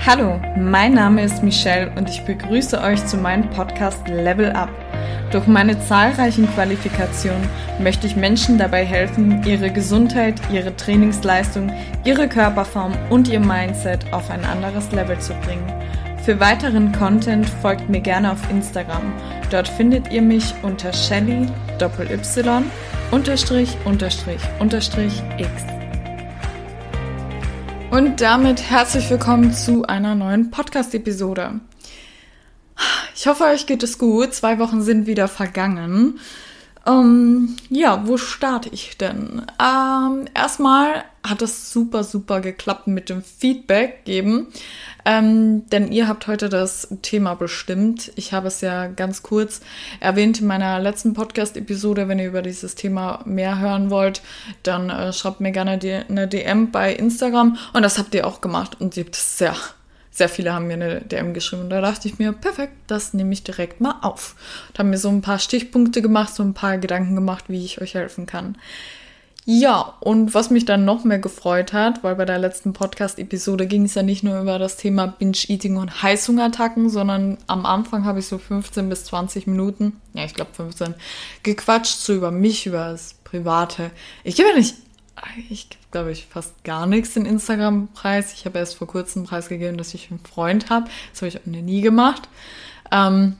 Hallo, mein Name ist Michelle und ich begrüße euch zu meinem Podcast Level Up. Durch meine zahlreichen Qualifikationen möchte ich Menschen dabei helfen, ihre Gesundheit, ihre Trainingsleistung, ihre Körperform und ihr Mindset auf ein anderes Level zu bringen. Für weiteren Content folgt mir gerne auf Instagram. Dort findet ihr mich unter Shelly____X. Und damit herzlich willkommen zu einer neuen Podcast-Episode. Ich hoffe, euch geht es gut. 2 Wochen sind wieder vergangen. Wo starte ich denn? Erstmal hat es super geklappt mit dem Feedback geben, denn ihr habt heute das Thema bestimmt. Ich habe es ja ganz kurz erwähnt in meiner letzten Podcast-Episode. Wenn ihr über dieses Thema mehr hören wollt, dann schreibt mir gerne eine DM bei Instagram. Und das habt ihr auch gemacht und ihr habt es sehr viele haben mir eine DM geschrieben und da dachte ich mir, perfekt, das nehme ich direkt mal auf. Und habe mir so ein paar Stichpunkte gemacht, so ein paar Gedanken gemacht, wie ich euch helfen kann. Ja, und was mich dann noch mehr gefreut hat, weil bei der letzten Podcast-Episode ging es ja nicht nur über das Thema Binge-Eating und Heißhungerattacken, sondern am Anfang habe ich so 15 bis 20 Minuten, ich glaube 15, gequatscht, so über mich, über das Private. Ich gebe glaube ich, fast gar nichts in Instagram-Preis. Ich habe erst vor kurzem preisgegeben, dass ich einen Freund habe. Das habe ich auch nie gemacht. Aber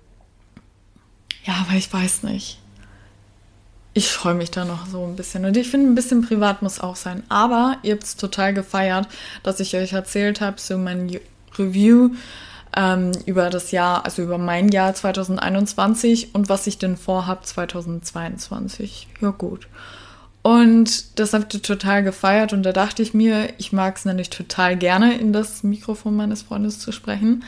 ich weiß nicht. Ich freue mich da noch so ein bisschen. Und ich finde, ein bisschen privat muss auch sein. Aber ihr habt es total gefeiert, dass ich euch erzählt habe, so mein Review über das Jahr, also über mein Jahr 2021 und was ich denn vorhabe 2022. Ja, gut. Und das habt ihr total gefeiert und da dachte ich mir, ich mag es nämlich total gerne, in das Mikrofon meines Freundes zu sprechen,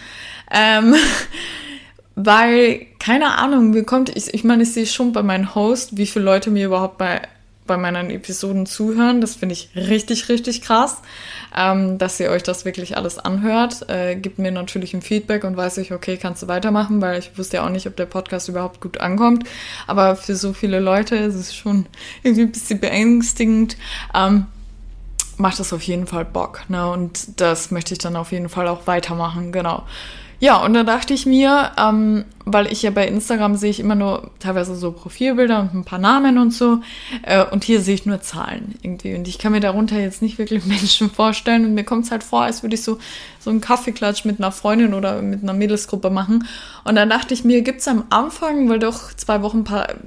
weil, keine Ahnung, ich sehe schon bei meinen Hosts, wie viele Leute mir überhaupt bei meinen Episoden zuhören. Das finde ich richtig krass, dass ihr euch das wirklich alles anhört. Gibt mir natürlich ein Feedback und weiß ich, okay, kannst du weitermachen, weil ich wusste ja auch nicht, ob der Podcast überhaupt gut ankommt. Aber für so viele Leute ist es schon irgendwie ein bisschen beängstigend. Macht das auf jeden Fall Bock, ne? Und das möchte ich dann auf jeden Fall auch weitermachen, genau. Ja, und da dachte ich mir, weil ich ja bei Instagram sehe ich immer nur teilweise so Profilbilder und ein paar Namen und so, und hier sehe ich nur Zahlen irgendwie und ich kann mir darunter jetzt nicht wirklich Menschen vorstellen und mir kommt es halt vor, als würde ich so einen Kaffeeklatsch mit einer Freundin oder mit einer Mädelsgruppe machen und dann dachte ich mir, gibt's am Anfang, weil doch 2 Wochen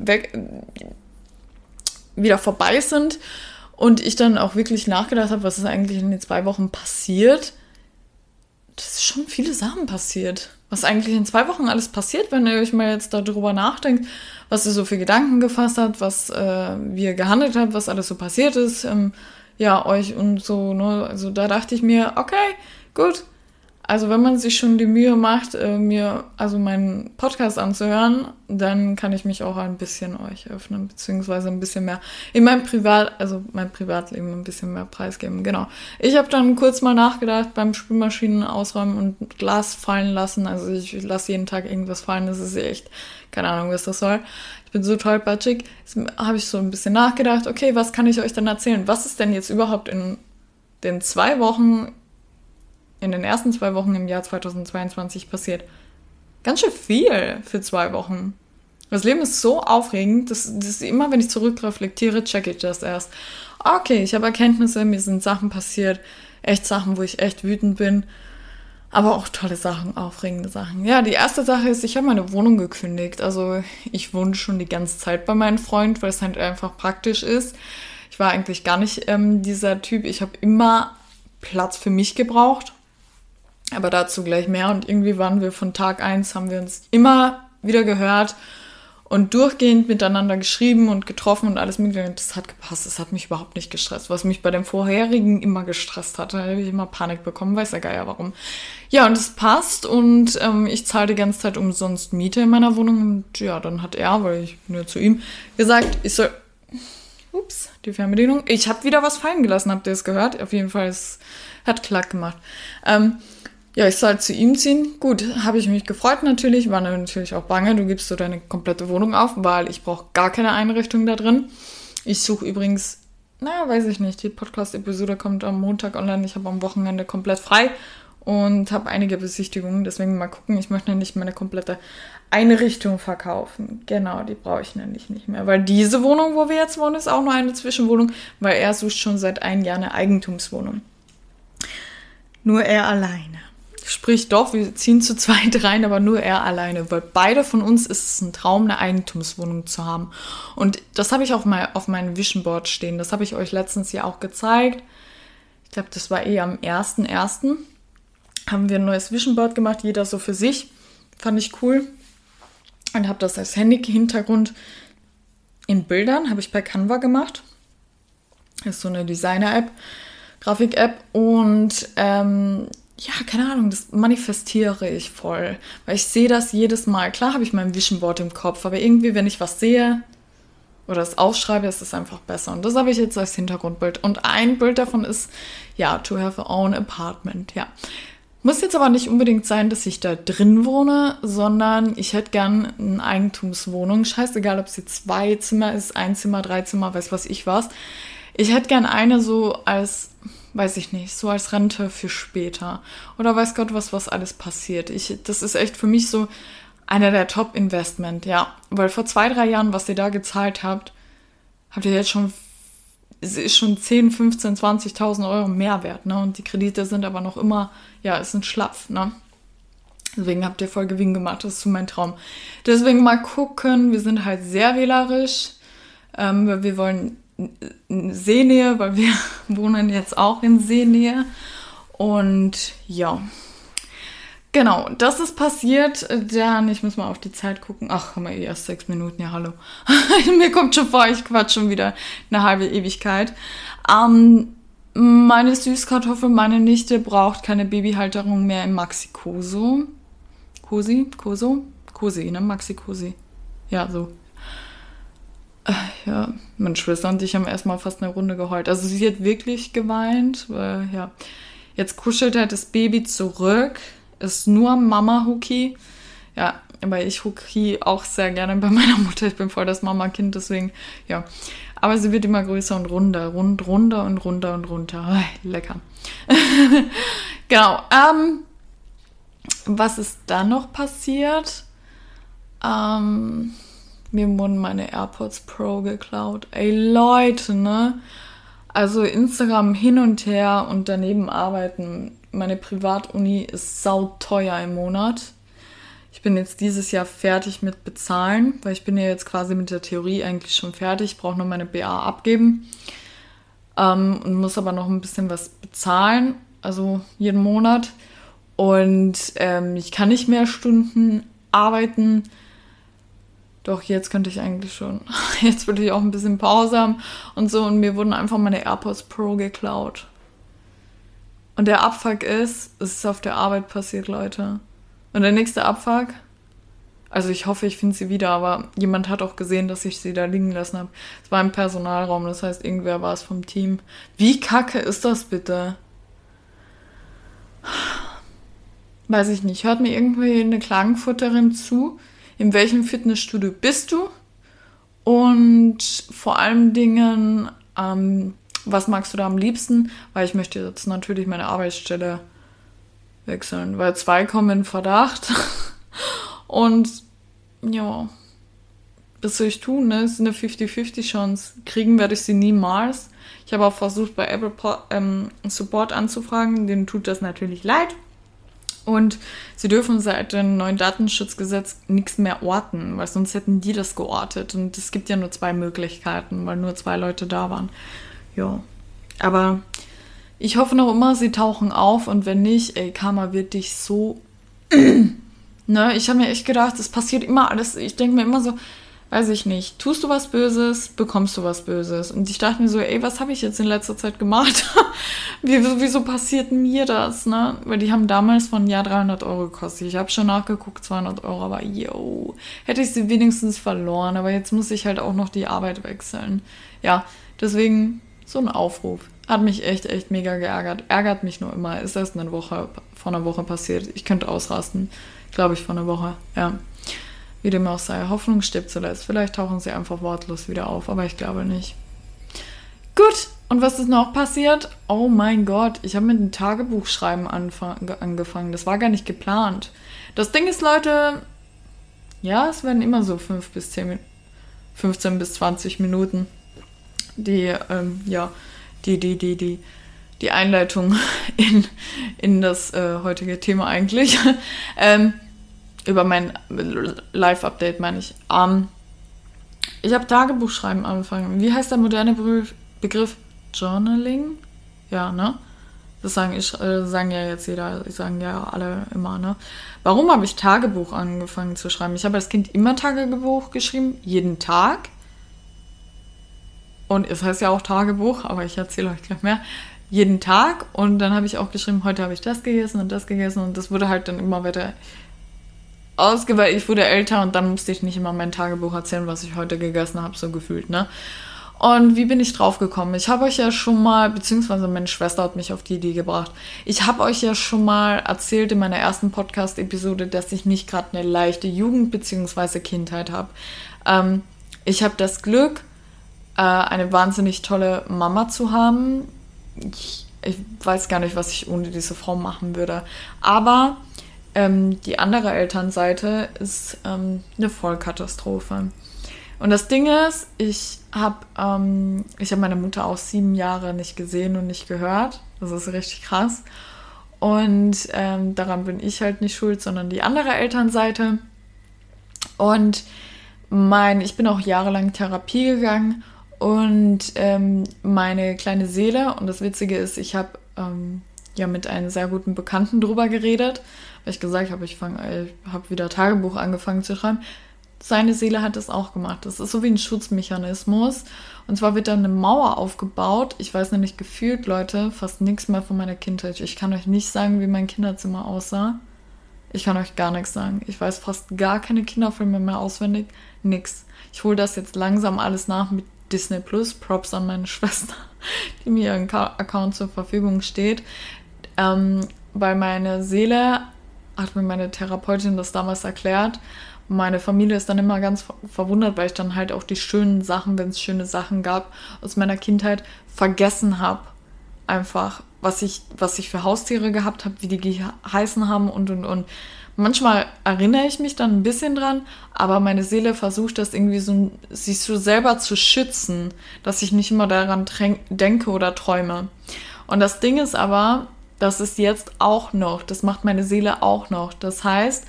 wieder vorbei sind und ich dann auch wirklich nachgedacht habe, was ist eigentlich in den 2 Wochen passiert. Das ist schon viele Sachen passiert. Was eigentlich in 2 Wochen alles passiert, wenn ihr euch mal jetzt darüber nachdenkt, was ihr so für Gedanken gefasst habt, wie ihr gehandelt habt, was alles so passiert ist, euch und so, ne? Also da dachte ich mir, okay, gut. Also wenn man sich schon die Mühe macht, meinen Podcast anzuhören, dann kann ich mich auch ein bisschen euch öffnen, beziehungsweise ein bisschen mehr in mein Privatleben ein bisschen mehr preisgeben, genau. Ich habe dann kurz mal nachgedacht beim Spülmaschinen ausräumen und Glas fallen lassen, also ich lasse jeden Tag irgendwas fallen, das ist echt, keine Ahnung, was das soll. Ich bin so tollpatschig, jetzt habe ich so ein bisschen nachgedacht, okay, was kann ich euch denn erzählen? Was ist denn jetzt überhaupt in den ersten 2 Wochen im Jahr 2022 passiert? Ganz schön viel für 2 Wochen. Das Leben ist so aufregend, dass immer, wenn ich zurückreflektiere, checke ich das erst. Okay, ich habe Erkenntnisse, mir sind Sachen passiert, echt Sachen, wo ich echt wütend bin, aber auch tolle Sachen, aufregende Sachen. Ja, die erste Sache ist, ich habe meine Wohnung gekündigt. Also ich wohne schon die ganze Zeit bei meinem Freund, weil es halt einfach praktisch ist. Ich war eigentlich gar nicht dieser Typ, ich habe immer Platz für mich gebraucht. Aber dazu gleich mehr und irgendwie waren wir von Tag 1, haben wir uns immer wieder gehört und durchgehend miteinander geschrieben und getroffen und alles mögliche. Und das hat gepasst, das hat mich überhaupt nicht gestresst, was mich bei dem vorherigen immer gestresst hatte. Da habe ich immer Panik bekommen, weiß der Geier warum. Ja, und es passt und ich zahle die ganze Zeit umsonst Miete in meiner Wohnung und ja, dann hat er, weil ich bin ja zu ihm, gesagt, ich soll... Ups, die Fernbedienung. Ich habe wieder was fallen gelassen, habt ihr es gehört? Auf jeden Fall, es hat Klack gemacht. Ich soll zu ihm ziehen. Gut, habe ich mich gefreut natürlich, war natürlich auch bange. Du gibst so deine komplette Wohnung auf, weil ich brauche gar keine Einrichtung da drin. Ich suche übrigens, weiß ich nicht, die Podcast-Episode kommt am Montag online. Ich habe am Wochenende komplett frei und habe einige Besichtigungen. Deswegen mal gucken, ich möchte nicht meine komplette Einrichtung verkaufen. Genau, die brauche ich nämlich nicht mehr. Weil diese Wohnung, wo wir jetzt wohnen, ist auch nur eine Zwischenwohnung, weil er sucht schon seit einem Jahr eine Eigentumswohnung. Nur er alleine. Sprich doch, wir ziehen zu zweit rein, aber nur er alleine. Weil beide von uns ist es ein Traum, eine Eigentumswohnung zu haben. Und das habe ich auch mal auf meinem Vision Board stehen. Das habe ich euch letztens ja auch gezeigt. Ich glaube, das war am 1.1. haben wir ein neues Vision Board gemacht, jeder so für sich. Fand ich cool. Und habe das als Handy-Hintergrund in Bildern, habe ich bei Canva gemacht. Das ist so eine Designer-App, Grafik-App. Und ja, keine Ahnung, das manifestiere ich voll. Weil ich sehe das jedes Mal. Klar habe ich mein Vision Board im Kopf, aber irgendwie, wenn ich was sehe oder es aufschreibe, ist es einfach besser. Und das habe ich jetzt als Hintergrundbild. Und ein Bild davon ist, ja, to have a own apartment, ja. Muss jetzt aber nicht unbedingt sein, dass ich da drin wohne, sondern ich hätte gern eine Eigentumswohnung. Scheißegal, ob sie 2 Zimmer ist, 1 Zimmer, 3 Zimmer, weiß was ich was. Ich hätte gern eine so als, weiß ich nicht, so als Rente für später. Oder weiß Gott, was alles passiert. Das ist echt für mich so einer der Top-Investment, ja. Weil vor 2, 3 Jahren, was ihr da gezahlt habt, habt ihr jetzt schon, es ist schon 10, 15, 20.000 Euro Mehrwert, ne? Und die Kredite sind aber noch immer, ja, es sind schlaff, ne? Deswegen habt ihr voll Gewinn gemacht, das ist so mein Traum. Deswegen mal gucken, wir sind halt sehr wählerisch, weil wir wollen Seenähe, weil wir wohnen jetzt auch in Seenähe. Und ja, genau, das ist passiert. Dann, ich muss mal auf die Zeit gucken. Ach, haben wir erst 6 Minuten, ja hallo. Mir kommt schon vor, ich quatsch schon wieder eine halbe Ewigkeit. Meine Süßkartoffel, meine Nichte braucht keine Babyhalterung mehr im Maxi Coso. Cosi, ne? Maxi Cosi. Ja, so. Ja, meine Schwester und ich haben erstmal fast eine Runde geheult. Also sie hat wirklich geweint, weil, ja, jetzt kuschelt halt das Baby zurück, ist nur Mama-Hucki. Ja, aber ich hucki auch sehr gerne bei meiner Mutter. Ich bin voll das Mama-Kind, deswegen, ja. Aber sie wird immer größer und runder, runter und runter und runter. Lecker. Genau. Was ist dann noch passiert? Mir wurden meine AirPods Pro geklaut. Ey, Leute, ne? Also Instagram hin und her und daneben arbeiten. Meine Privatuni ist sauteuer im Monat. Ich bin jetzt dieses Jahr fertig mit Bezahlen, weil ich bin ja jetzt quasi mit der Theorie eigentlich schon fertig. Ich brauche nur meine BA abgeben und muss aber noch ein bisschen was bezahlen, also jeden Monat. Und ich kann nicht mehr Stunden arbeiten. Doch, jetzt könnte ich eigentlich schon. Jetzt würde ich auch ein bisschen Pause haben und so. Und mir wurden einfach meine AirPods Pro geklaut. Und der Abfuck ist, es ist auf der Arbeit passiert, Leute. Und der nächste Abfuck, also ich hoffe, ich finde sie wieder, aber jemand hat auch gesehen, dass ich sie da liegen lassen habe. Es war im Personalraum, das heißt, irgendwer war es vom Team. Wie kacke ist das bitte? Weiß ich nicht. Hört mir irgendwie eine Klagenfurterin zu? In welchem Fitnessstudio bist du? Und vor allen Dingen, was magst du da am liebsten? Weil ich möchte jetzt natürlich meine Arbeitsstelle wechseln, weil 2 kommen in Verdacht. Und ja, was soll ich tun? Ne? Es ist eine 50-50 Chance. Kriegen werde ich sie niemals. Ich habe auch versucht, bei Apple Support anzufragen. Denen tut das natürlich leid. Und sie dürfen seit dem neuen Datenschutzgesetz nichts mehr orten, weil sonst hätten die das geortet. Und es gibt ja nur 2 Möglichkeiten, weil nur 2 Leute da waren. Ja, aber ich hoffe noch immer, sie tauchen auf. Und wenn nicht, ey, Karma wird dich so... Ne, ich habe mir echt gedacht, es passiert immer alles. Ich denke mir immer so, weiß ich nicht, tust du was Böses, bekommst du was Böses. Und ich dachte mir so, ey, was habe ich jetzt in letzter Zeit gemacht? Wieso passiert mir das, ne? Weil die haben damals von 300 Euro gekostet. Ich habe schon nachgeguckt, 200 Euro, aber yo, hätte ich sie wenigstens verloren. Aber jetzt muss ich halt auch noch die Arbeit wechseln. Ja, deswegen so ein Aufruf. Hat mich echt mega geärgert. Ärgert mich nur immer. Ist erst vor einer Woche passiert. Ich könnte ausrasten. Glaube ich, vor einer Woche, ja. Wie dem auch sei. Hoffnung stirbt zuletzt. Vielleicht tauchen sie einfach wortlos wieder auf, aber ich glaube nicht. Gut, Und was ist noch passiert? Oh mein Gott, ich habe mit dem Tagebuchschreiben angefangen. Das war gar nicht geplant. Das Ding ist, Leute, ja, es werden immer so 15 bis 20 Minuten. Die Einleitung in das heutige Thema eigentlich. Über mein Live-Update meine ich. Ich habe Tagebuchschreiben angefangen. Wie heißt der moderne Begriff? Journaling? Ja, ne? Das sagen ja jetzt jeder, sagen ja alle immer, ne? Warum habe ich Tagebuch angefangen zu schreiben? Ich habe als Kind immer Tagebuch geschrieben, jeden Tag. Und es heißt ja auch Tagebuch, aber ich erzähle euch gleich mehr. Jeden Tag. Und dann habe ich auch geschrieben, heute habe ich das gegessen und das gegessen. Und das wurde halt dann immer weiter ausgeweitet. Ich wurde älter und dann musste ich nicht immer mein Tagebuch erzählen, was ich heute gegessen habe, so gefühlt, ne? Und wie bin ich drauf gekommen? Ich habe euch ja schon mal, beziehungsweise meine Schwester hat mich auf die Idee gebracht. Ich habe euch ja schon mal erzählt in meiner ersten Podcast-Episode, dass ich nicht gerade eine leichte Jugend beziehungsweise Kindheit habe. Ich habe das Glück, eine wahnsinnig tolle Mama zu haben. Ich weiß gar nicht, was ich ohne diese Frau machen würde. Aber die andere Elternseite ist eine Vollkatastrophe. Und das Ding ist, ich habe meine Mutter auch 7 Jahre nicht gesehen und nicht gehört. Das ist richtig krass. Und daran bin ich halt nicht schuld, sondern die andere Elternseite. Und ich bin auch jahrelang Therapie gegangen. Und meine kleine Seele, und das Witzige ist, ich habe mit einem sehr guten Bekannten drüber geredet, weil ich gesagt habe, ich habe wieder Tagebuch angefangen zu schreiben. Seine Seele hat das auch gemacht. Das ist so wie ein Schutzmechanismus. Und zwar wird da eine Mauer aufgebaut. Ich weiß nämlich gefühlt, Leute, fast nichts mehr von meiner Kindheit. Ich kann euch nicht sagen, wie mein Kinderzimmer aussah. Ich kann euch gar nichts sagen. Ich weiß fast gar keine Kinderfilme mehr auswendig. Nix. Ich hole das jetzt langsam alles nach mit Disney Plus. Props an meine Schwester, die mir ihren Account zur Verfügung steht. Weil meine Seele, hat mir meine Therapeutin das damals erklärt, meine Familie ist dann immer ganz verwundert, weil ich dann halt auch die schönen Sachen, wenn es schöne Sachen gab, aus meiner Kindheit vergessen habe. Einfach, was ich für Haustiere gehabt habe, wie die geheißen haben und. Manchmal erinnere ich mich dann ein bisschen dran, aber meine Seele versucht das irgendwie sich so selber zu schützen, dass ich nicht immer daran denke oder träume. Und das Ding ist aber, das ist jetzt auch noch, das macht meine Seele auch noch. Das heißt,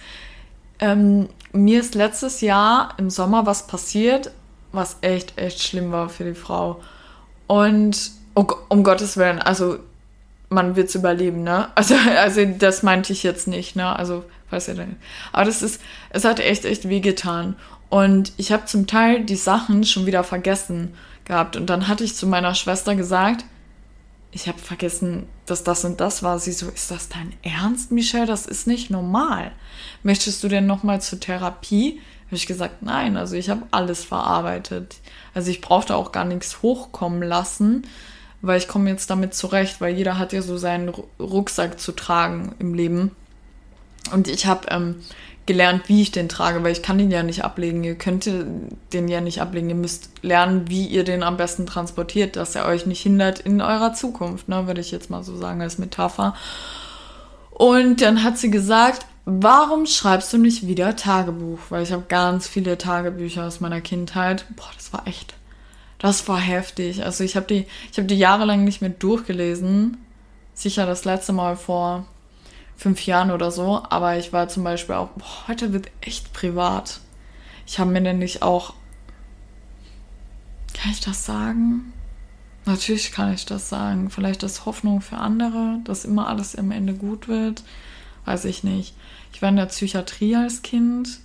mir ist letztes Jahr im Sommer was passiert, was echt schlimm war für die Frau. Und um Gottes Willen, also man wird es überleben, ne? Also das meinte ich jetzt nicht, ne? Also, weiß ihr denn. Aber es hat echt wehgetan. Und ich habe zum Teil die Sachen schon wieder vergessen gehabt. Und dann hatte ich zu meiner Schwester gesagt, ich habe vergessen, dass das und das war. Sie so, ist das dein Ernst, Michelle? Das ist nicht normal. Möchtest du denn nochmal zur Therapie? Habe ich gesagt, nein, also ich habe alles verarbeitet. Also ich brauchte auch gar nichts hochkommen lassen, weil ich komme jetzt damit zurecht, weil jeder hat ja so seinen Rucksack zu tragen im Leben. Und ich habe gelernt, wie ich den trage, weil ich kann den ja nicht ablegen. Ihr könnt den ja nicht ablegen. Ihr müsst lernen, wie ihr den am besten transportiert, dass er euch nicht hindert in eurer Zukunft, ne, würde ich jetzt mal so sagen als Metapher. Und dann hat sie gesagt, warum schreibst du nicht wieder Tagebuch? Weil ich habe ganz viele Tagebücher aus meiner Kindheit. Boah, das war heftig. Also ich habe die jahrelang nicht mehr durchgelesen. Sicher das letzte Mal vor 5 Jahren oder so. Aber ich war zum Beispiel auch, heute wird echt privat. Ich habe mir nämlich auch, kann ich das sagen? Natürlich kann ich das sagen. Vielleicht ist Hoffnung für andere, dass immer alles am Ende gut wird. Weiß ich nicht. Ich war in der Psychiatrie als Kind,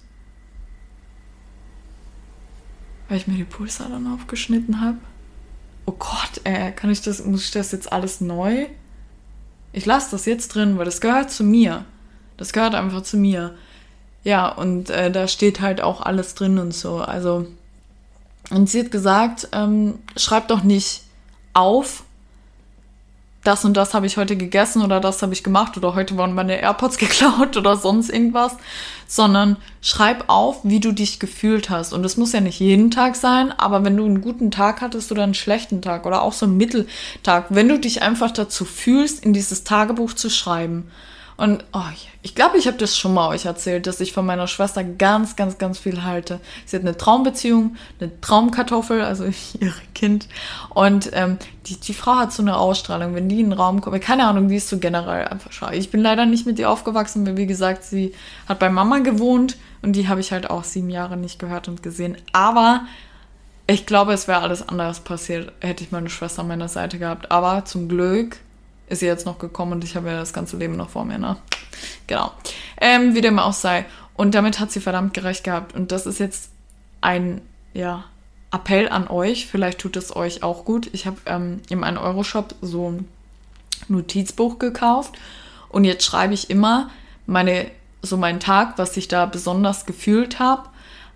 weil ich mir die Pulsadern aufgeschnitten habe. Oh Gott, muss ich das jetzt alles neu? Ich lasse das jetzt drin, weil das gehört zu mir. Das gehört einfach zu mir. Ja, und da steht halt auch alles drin und so. Also, und sie hat gesagt, schreib doch nicht auf, das und das habe ich heute gegessen oder das habe ich gemacht oder heute wurden meine AirPods geklaut oder sonst irgendwas, sondern schreib auf, wie du dich gefühlt hast. Und das muss ja nicht jeden Tag sein, aber wenn du einen guten Tag hattest oder einen schlechten Tag oder auch so einen Mitteltag, wenn du dich einfach dazu fühlst, in dieses Tagebuch zu schreiben. Und ich glaube, ich habe das schon mal euch erzählt, dass ich von meiner Schwester ganz, ganz, ganz viel halte. Sie hat eine Traumbeziehung, eine Traumkartoffel, also ihr Kind. Und die Frau hat so eine Ausstrahlung, wenn die in den Raum kommt. Keine Ahnung, die ist so generell einfach schau. Ich bin leider nicht mit ihr aufgewachsen, weil wie gesagt, sie hat bei Mama gewohnt und die habe ich halt auch 7 Jahre nicht gehört und gesehen. Aber ich glaube, es wäre alles anders passiert, hätte ich meine Schwester an meiner Seite gehabt. Aber zum Glück ist sie jetzt noch gekommen und ich habe ja das ganze Leben noch vor mir, ne? Genau. Wie dem auch sei. Und damit hat sie verdammt gerecht gehabt. Und das ist jetzt ein, Appell an euch. Vielleicht tut es euch auch gut. Ich habe im 1-Euro-Shop so ein Notizbuch gekauft. Und jetzt schreibe ich immer meinen Tag, was ich da besonders gefühlt habe.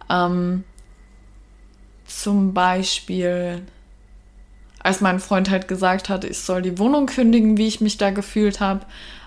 Zum Beispiel, als mein Freund halt gesagt hat, ich soll die Wohnung kündigen, wie ich mich da gefühlt habe.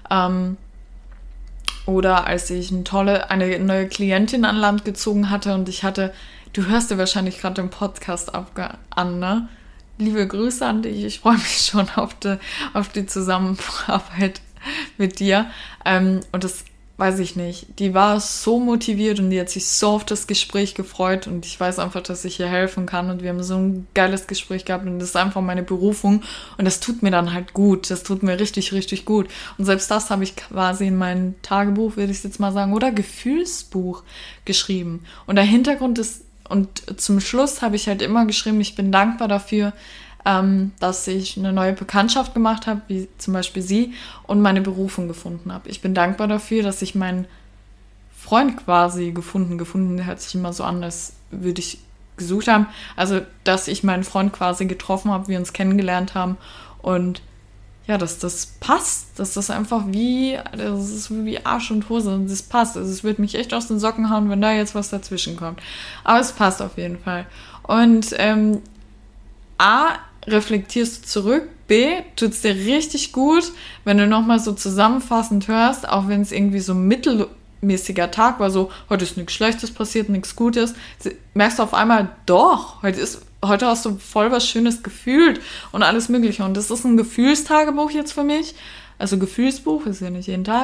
Oder als ich eine neue Klientin an Land gezogen hatte und du hörst dir wahrscheinlich gerade den Podcast an, ne? Liebe Grüße an dich, ich freue mich schon auf die Zusammenarbeit mit dir. Und das weiß ich nicht, die war so motiviert und die hat sich so auf das Gespräch gefreut und ich weiß einfach, dass ich ihr helfen kann und wir haben so ein geiles Gespräch gehabt und das ist einfach meine Berufung und das tut mir dann halt gut, das tut mir richtig, richtig gut und selbst das habe ich quasi in mein Tagebuch, würde ich jetzt mal sagen, oder Gefühlsbuch geschrieben und der Hintergrund ist, und zum Schluss habe ich halt immer geschrieben, ich bin dankbar dafür, dass ich eine neue Bekanntschaft gemacht habe, wie zum Beispiel sie, und meine Berufung gefunden habe. Ich bin dankbar dafür, dass ich meinen Freund quasi gefunden, hört sich immer so an, als würde ich gesucht haben. Also, dass ich meinen Freund quasi getroffen habe, wir uns kennengelernt haben und ja, dass das passt, dass das einfach das ist wie Arsch und Hose und das passt. Also es wird mich echt aus den Socken hauen, wenn da jetzt was dazwischen kommt. Aber es passt auf jeden Fall. Und A, reflektierst du zurück, B, tut es dir richtig gut, wenn du nochmal so zusammenfassend hörst, auch wenn es irgendwie so ein mittelmäßiger Tag war, so, heute ist nichts Schlechtes passiert, nichts Gutes, merkst du auf einmal, doch, heute hast du voll was Schönes gefühlt und alles Mögliche. Und das ist ein Gefühlstagebuch jetzt für mich, also Gefühlsbuch, ist ja nicht jeden Tag,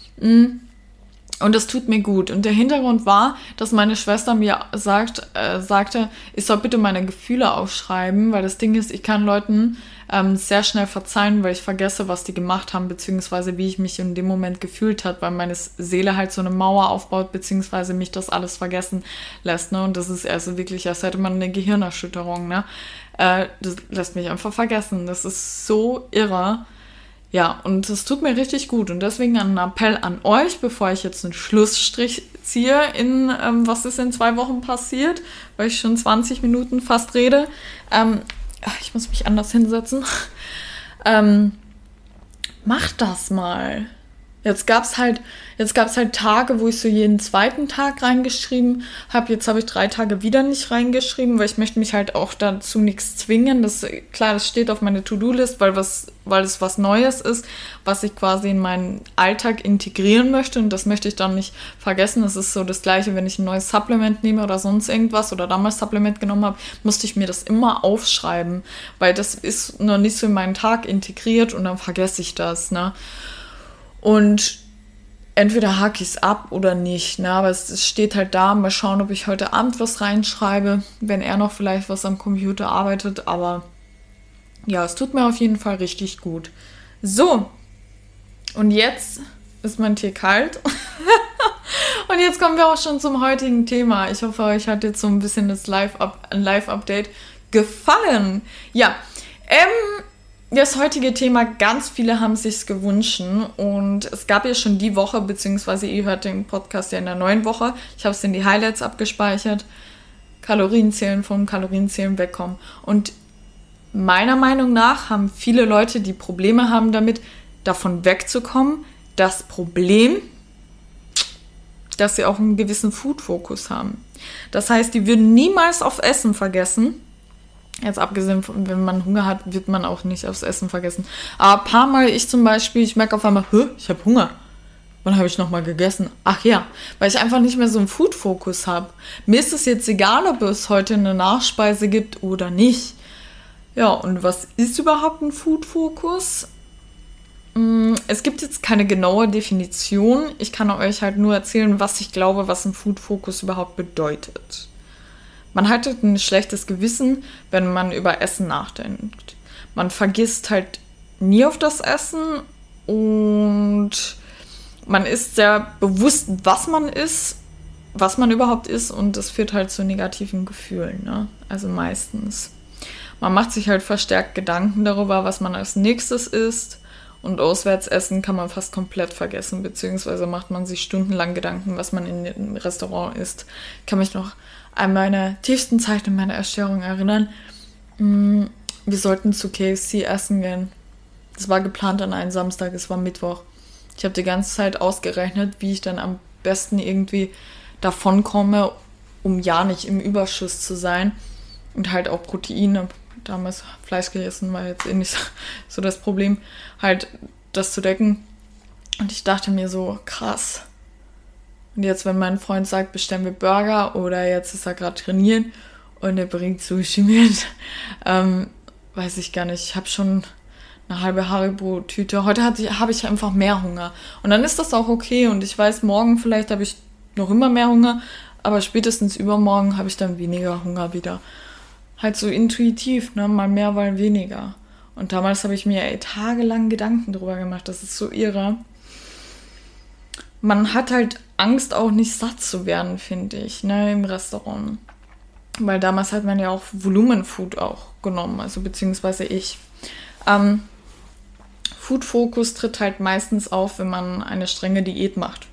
und das tut mir gut. Und der Hintergrund war, dass meine Schwester mir sagte, ich soll bitte meine Gefühle aufschreiben, weil das Ding ist, ich kann Leuten sehr schnell verzeihen, weil ich vergesse, was die gemacht haben, beziehungsweise wie ich mich in dem Moment gefühlt habe, weil meine Seele halt so eine Mauer aufbaut, beziehungsweise mich das alles vergessen lässt. Ne? Und das ist also wirklich, als hätte man eine Gehirnerschütterung. Ne? Das lässt mich einfach vergessen. Das ist so irre. Ja, und das tut mir richtig gut. Und deswegen ein Appell an euch, bevor ich jetzt einen Schlussstrich ziehe was ist in 2 Wochen passiert, weil ich schon 20 Minuten fast rede. Ich muss mich anders hinsetzen. Macht das mal. Jetzt gab's halt Tage, wo ich so jeden 2. Tag reingeschrieben habe. Jetzt habe ich 3 Tage wieder nicht reingeschrieben, weil ich möchte mich halt auch dazu nichts zwingen. Das steht auf meiner To-Do-List, weil es was Neues ist, was ich quasi in meinen Alltag integrieren möchte. Und das möchte ich dann nicht vergessen. Das ist so das Gleiche, wenn ich ein neues Supplement nehme oder sonst irgendwas oder damals Supplement genommen habe, musste ich mir das immer aufschreiben, weil das ist noch nicht so in meinen Tag integriert und dann vergesse ich das, ne? Und entweder hake ich es ab oder nicht, ne? Aber es steht halt da, mal schauen, ob ich heute Abend was reinschreibe, wenn er noch vielleicht was am Computer arbeitet, aber ja, es tut mir auf jeden Fall richtig gut. So, und jetzt ist mein Tee kalt und jetzt kommen wir auch schon zum heutigen Thema. Ich hoffe, euch hat jetzt so ein bisschen ein Live-Update gefallen. Ja, das heutige Thema, ganz viele haben sich's gewünscht und es gab ja schon die Woche, beziehungsweise ihr hört den Podcast ja in der neuen Woche. Ich habe es in die Highlights abgespeichert. Kalorienzählen, vom Kalorienzählen wegkommen. Und meiner Meinung nach haben viele Leute, die Probleme haben damit, davon wegzukommen, das Problem, dass sie auch einen gewissen Food-Fokus haben. Das heißt, die würden niemals auf Essen vergessen, Jetzt abgesehen von, wenn man Hunger hat, wird man auch nicht aufs Essen vergessen. Aber ein paar Mal, ich zum Beispiel, ich merke auf einmal, ich habe Hunger. Wann habe ich nochmal gegessen? Ach ja, weil ich einfach nicht mehr so einen Food-Fokus habe. Mir ist es jetzt egal, ob es heute eine Nachspeise gibt oder nicht. Ja, und was ist überhaupt ein Food-Fokus? Es gibt jetzt keine genaue Definition. Ich kann euch halt nur erzählen, was ich glaube, was ein Food-Fokus überhaupt bedeutet. Man hat halt ein schlechtes Gewissen, wenn man über Essen nachdenkt. Man vergisst halt nie auf das Essen und man ist sehr bewusst, was man isst, was man überhaupt isst und das führt halt zu negativen Gefühlen, ne? Also meistens. Man macht sich halt verstärkt Gedanken darüber, was man als nächstes isst und Auswärtsessen kann man fast komplett vergessen, beziehungsweise macht man sich stundenlang Gedanken, was man in dem Restaurant isst. Ich kann mich noch an meine tiefsten Zeiten meiner Erstörung erinnern. Wir sollten zu KFC essen gehen. Das war geplant an einem Samstag, es war Mittwoch. Ich habe die ganze Zeit ausgerechnet, wie ich dann am besten irgendwie davon komme, um ja nicht im Überschuss zu sein. Und halt auch Proteine. Damals Fleisch gegessen war jetzt nicht so das Problem, halt das zu decken. Und ich dachte mir so, krass. Und jetzt, wenn mein Freund sagt, bestellen wir Burger oder jetzt ist er gerade trainieren und er bringt Sushi mit, weiß ich gar nicht. Ich habe schon eine halbe Haribo-Tüte. Heute habe ich einfach mehr Hunger. Und dann ist das auch okay. Und ich weiß, morgen vielleicht habe ich noch immer mehr Hunger, aber spätestens übermorgen habe ich dann weniger Hunger wieder. Halt so intuitiv, ne? Mal mehr, mal weniger. Und damals habe ich mir tagelang Gedanken drüber gemacht. Das ist so irre. Man hat halt Angst, auch nicht satt zu werden, finde ich, ne, im Restaurant. Weil damals hat man ja auch Volumenfood auch genommen, also beziehungsweise ich. Food-Fokus tritt halt meistens auf, wenn man eine strenge Diät macht.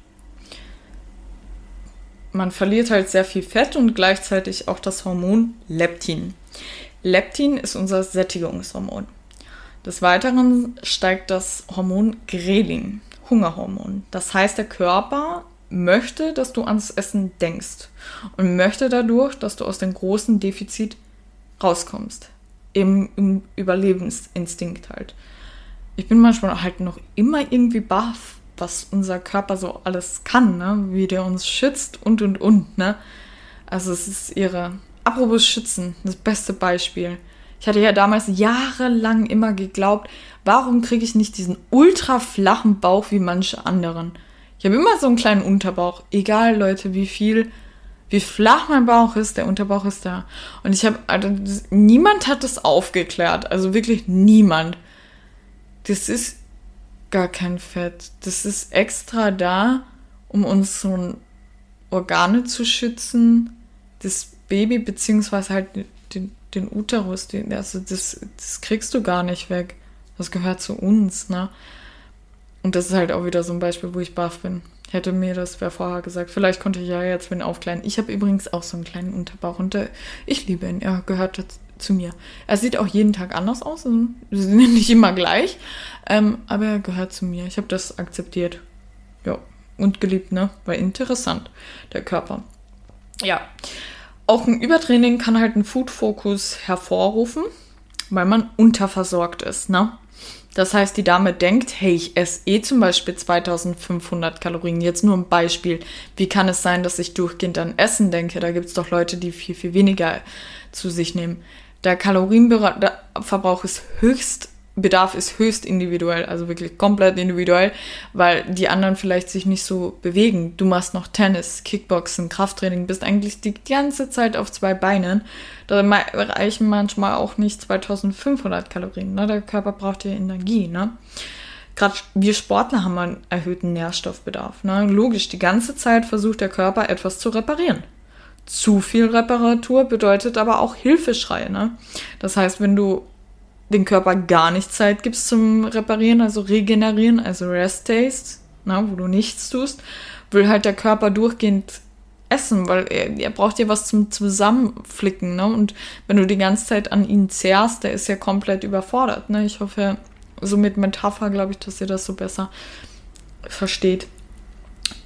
Man verliert halt sehr viel Fett und gleichzeitig auch das Hormon Leptin. Leptin ist unser Sättigungshormon. Des Weiteren steigt das Hormon Ghrelin, Hungerhormon. Das heißt, der Körper möchte, dass du ans Essen denkst und möchte dadurch, dass du aus dem großen Defizit rauskommst. Im Überlebensinstinkt halt. Ich bin manchmal halt noch immer irgendwie baff, was unser Körper so alles kann, ne? Wie der uns schützt und, ne? Also es ist irre. Apropos Schützen, das beste Beispiel. Ich hatte ja damals jahrelang immer geglaubt, warum kriege ich nicht diesen ultra flachen Bauch wie manche anderen? Ich habe immer so einen kleinen Unterbauch. Egal, Leute, wie flach mein Bauch ist, der Unterbauch ist da. Und niemand hat das aufgeklärt. Also wirklich niemand. Das ist gar kein Fett. Das ist extra da, um unsere Organe zu schützen. Das Baby, beziehungsweise halt den Uterus, das kriegst du gar nicht weg. Das gehört zu uns, ne? Und das ist halt auch wieder so ein Beispiel, wo ich baff bin. Hätte mir das wer vorher gesagt. Vielleicht konnte ich ja jetzt wen aufklären. Ich habe übrigens auch so einen kleinen Unterbauch und ich liebe ihn. Er gehört zu mir. Er sieht auch jeden Tag anders aus. Also, sie sind nicht immer gleich. Aber er gehört zu mir. Ich habe das akzeptiert. Ja. Und geliebt, ne? War interessant, der Körper. Ja. Auch ein Übertraining kann halt einen Food-Fokus hervorrufen, weil man unterversorgt ist, ne? Das heißt, die Dame denkt, hey, ich esse zum Beispiel 2500 Kalorien. Jetzt nur ein Beispiel. Wie kann es sein, dass ich durchgehend an Essen denke? Da gibt es doch Leute, die viel, viel weniger zu sich nehmen. Der Kalorienverbrauch ist Bedarf ist höchst individuell, also wirklich komplett individuell, weil die anderen vielleicht sich nicht so bewegen. Du machst noch Tennis, Kickboxen, Krafttraining, bist eigentlich die ganze Zeit auf 2 Beinen. Da reichen manchmal auch nicht 2500 Kalorien. Ne? Der Körper braucht ja Energie. Ne? Gerade wir Sportler haben einen erhöhten Nährstoffbedarf. Ne? Logisch, die ganze Zeit versucht der Körper etwas zu reparieren. Zu viel Reparatur bedeutet aber auch Hilfeschreie. Ne? Das heißt, wenn du den Körper gar nicht Zeit gibst zum Reparieren, also Regenerieren, also Rest Days, wo du nichts tust, will halt der Körper durchgehend essen, weil er braucht ja was zum Zusammenflicken, ne? Und wenn du die ganze Zeit an ihn zehrst, der ist ja komplett überfordert, ne? Ich hoffe, so mit Metapher, glaube ich, dass ihr das so besser versteht.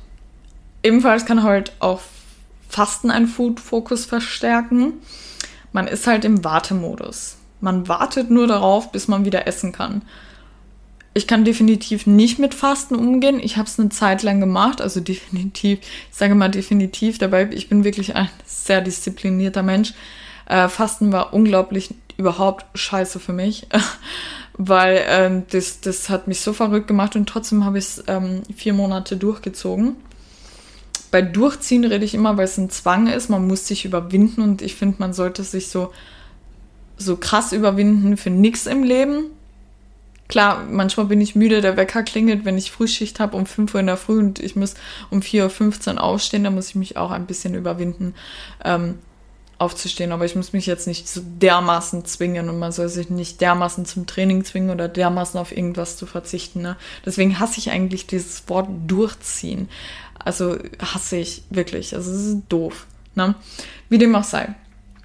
Ebenfalls kann halt auch Fasten einen Food-Fokus verstärken. man ist halt im Wartemodus. Man wartet nur darauf, bis man wieder essen kann. Ich kann definitiv nicht mit Fasten umgehen. Ich habe es eine Zeit lang gemacht, also definitiv, ich sage mal definitiv, dabei, ich bin wirklich ein sehr disziplinierter Mensch. Fasten war unglaublich überhaupt scheiße für mich, weil das hat mich so verrückt gemacht und trotzdem habe ich es 4 Monate durchgezogen. Bei Durchziehen rede ich immer, weil es ein Zwang ist, man muss sich überwinden und ich finde, man sollte sich so krass überwinden für nichts im Leben. Klar, manchmal bin ich müde, der Wecker klingelt, wenn ich Frühschicht habe um 5 Uhr in der Früh und ich muss um 4:15 Uhr aufstehen, dann muss ich mich auch ein bisschen überwinden, aufzustehen. Aber ich muss mich jetzt nicht so dermaßen zwingen und man soll sich nicht dermaßen zum Training zwingen oder dermaßen auf irgendwas zu verzichten. Ne? Deswegen hasse ich eigentlich dieses Wort durchziehen. Also hasse ich wirklich. Also es ist doof. Ne? Wie dem auch sei.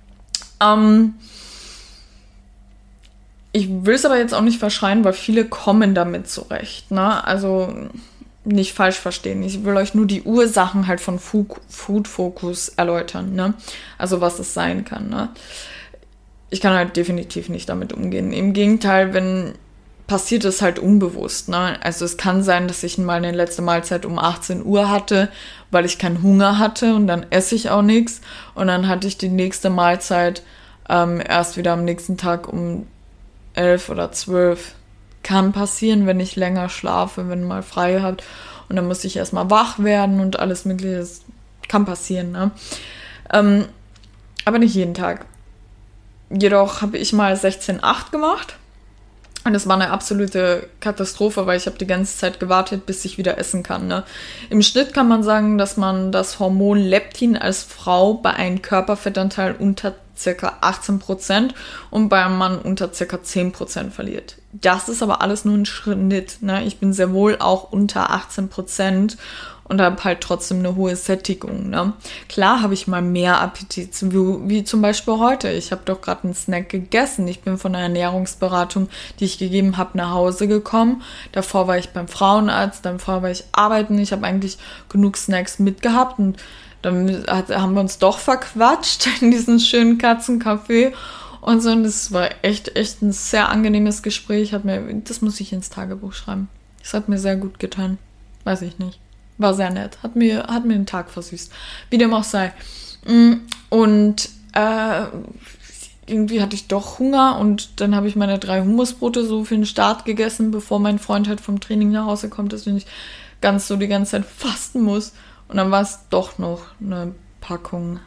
Ich will es aber jetzt auch nicht verschreien, weil viele kommen damit zurecht. Ne? Also nicht falsch verstehen. Ich will euch nur die Ursachen halt von Food Focus erläutern. Ne? Also was es sein kann. Ne? Ich kann halt definitiv nicht damit umgehen. Im Gegenteil, passiert es halt unbewusst. Ne? Also es kann sein, dass ich mal eine letzte Mahlzeit um 18 Uhr hatte, weil ich keinen Hunger hatte und dann esse ich auch nichts. Und dann hatte ich die nächste Mahlzeit erst wieder am nächsten Tag um 11 oder 12. Kann passieren, wenn ich länger schlafe, wenn mal frei hat. Und dann muss ich erstmal wach werden und alles Mögliche. Das kann passieren, ne? Aber nicht jeden Tag. Jedoch habe ich mal 16:8 gemacht. Und das war eine absolute Katastrophe, weil ich habe die ganze Zeit gewartet, bis ich wieder essen kann. Ne? Im Schnitt kann man sagen, dass man das Hormon Leptin als Frau bei einem Körperfettanteil unter ca. 18% und beim Mann unter ca. 10% verliert. Das ist aber alles nur ein Schnitt. Ne? Ich bin sehr wohl auch unter 18% und habe halt trotzdem eine hohe Sättigung. Ne? Klar habe ich mal mehr Appetit, wie zum Beispiel heute. Ich habe doch gerade einen Snack gegessen. Ich bin von einer Ernährungsberatung, die ich gegeben habe, nach Hause gekommen. Davor war ich beim Frauenarzt, davor war ich arbeiten. Ich habe eigentlich genug Snacks mitgehabt und dann haben wir uns doch verquatscht in diesem schönen Katzencafé und so. Und das war echt ein sehr angenehmes Gespräch. Das muss ich ins Tagebuch schreiben. Das hat mir sehr gut getan. Weiß ich nicht. War sehr nett. Hat mir den Tag versüßt. Wie dem auch sei. Und irgendwie hatte ich doch Hunger und dann habe ich meine 3 Hummusbrote so für den Start gegessen, bevor mein Freund halt vom Training nach Hause kommt, dass ich nicht ganz so die ganze Zeit fasten muss. Und dann war es doch noch eine Packung